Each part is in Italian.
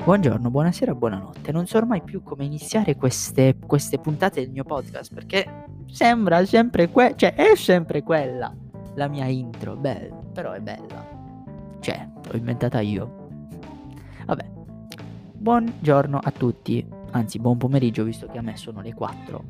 Buongiorno, buonasera, buonanotte. Non so ormai più come iniziare queste puntate del mio podcast perché sembra sempre è sempre quella la mia intro. Beh, però è bella. L'ho inventata io. Vabbè, buongiorno a tutti. Anzi, buon pomeriggio visto che a me sono le 4.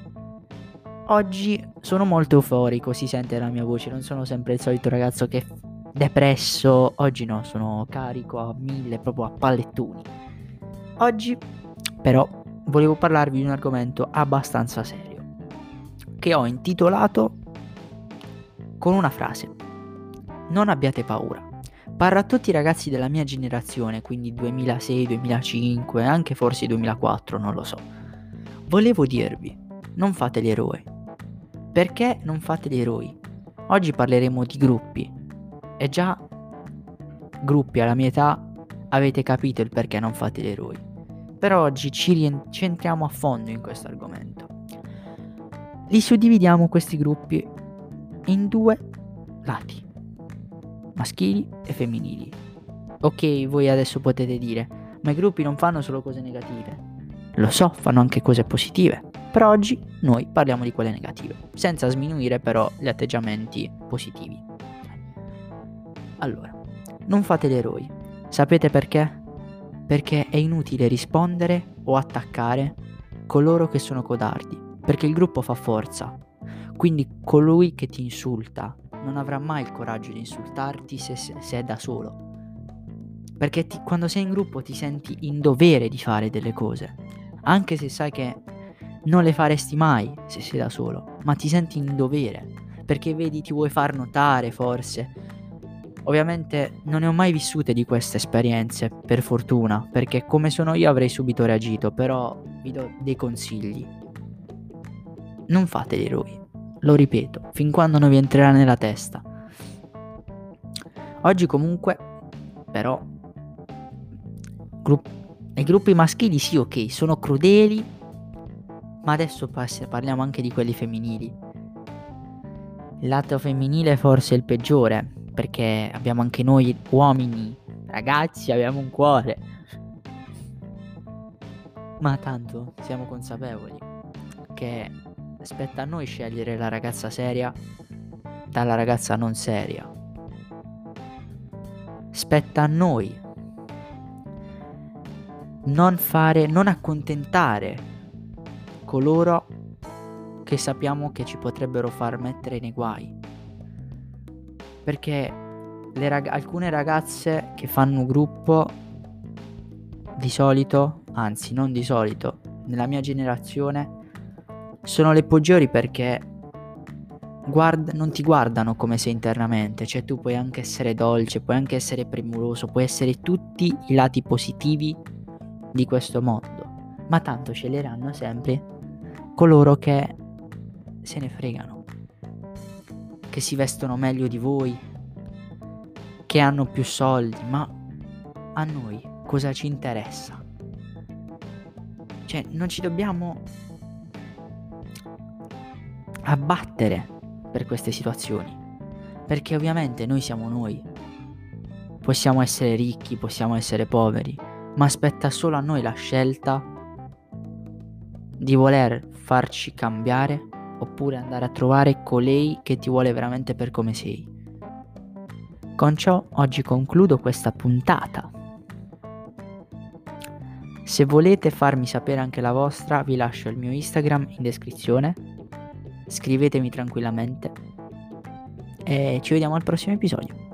Oggi sono molto euforico, si sente la mia voce, non sono sempre il solito ragazzo che è depresso. Oggi no, sono carico a 1000, proprio a pallettoni. Oggi però volevo parlarvi di un argomento abbastanza serio che ho intitolato con una frase: non abbiate paura. Parlo a tutti i ragazzi della mia generazione, quindi 2006, 2005, anche forse 2004, non lo so. Volevo dirvi, non fate gli eroi. Perché non fate gli eroi? Oggi parleremo di gruppi. E già gruppi alla mia età avete capito il perché non fate gli eroi. Per oggi ci centriamo a fondo in questo argomento. Li suddividiamo questi gruppi in due lati, maschili e femminili. Ok, voi adesso potete dire, ma i gruppi non fanno solo cose negative. Lo so, fanno anche cose positive. Per oggi noi parliamo di quelle negative, senza sminuire però gli atteggiamenti positivi. Allora, non fate gli eroi. Sapete perché? Perché è inutile rispondere o attaccare coloro che sono codardi, perché il gruppo fa forza. Quindi colui che ti insulta non avrà mai il coraggio di insultarti se è da solo. Perché quando sei in gruppo ti senti in dovere di fare delle cose, anche se sai che non le faresti mai se sei da solo, ma ti senti in dovere, perché vedi ti vuoi far notare forse. Ovviamente non ne ho mai vissute di queste esperienze, per fortuna, perché come sono io avrei subito reagito, però vi do dei consigli. Non fate gli eroi, lo ripeto, fin quando non vi entrerà nella testa. Oggi comunque, però, i gruppi maschili sì, ok, sono crudeli, ma adesso parliamo anche di quelli femminili. Il lato femminile è forse il peggiore, perché abbiamo anche noi uomini, ragazzi, abbiamo un cuore. Ma tanto siamo consapevoli che spetta a noi scegliere la ragazza seria dalla ragazza non seria. Spetta a noi non accontentare coloro che sappiamo che ci potrebbero far mettere nei guai. Perché alcune ragazze che fanno gruppo di solito, anzi non di solito, nella mia generazione sono le peggiori perché non ti guardano come sei internamente, cioè tu puoi anche essere dolce, puoi anche essere premuroso, puoi essere tutti i lati positivi di questo mondo, ma tanto sceglieranno sempre coloro che se ne fregano, che si vestono meglio di voi, che hanno più soldi, ma a noi cosa ci interessa? Cioè non ci dobbiamo abbattere per queste situazioni, perché ovviamente noi siamo noi, possiamo essere ricchi, possiamo essere poveri, ma spetta solo a noi la scelta di voler farci cambiare oppure andare a trovare colei che ti vuole veramente per come sei. Con ciò oggi concludo questa puntata. Se volete farmi sapere anche la vostra, vi lascio il mio Instagram in descrizione. Scrivetemi tranquillamente e ci vediamo al prossimo episodio.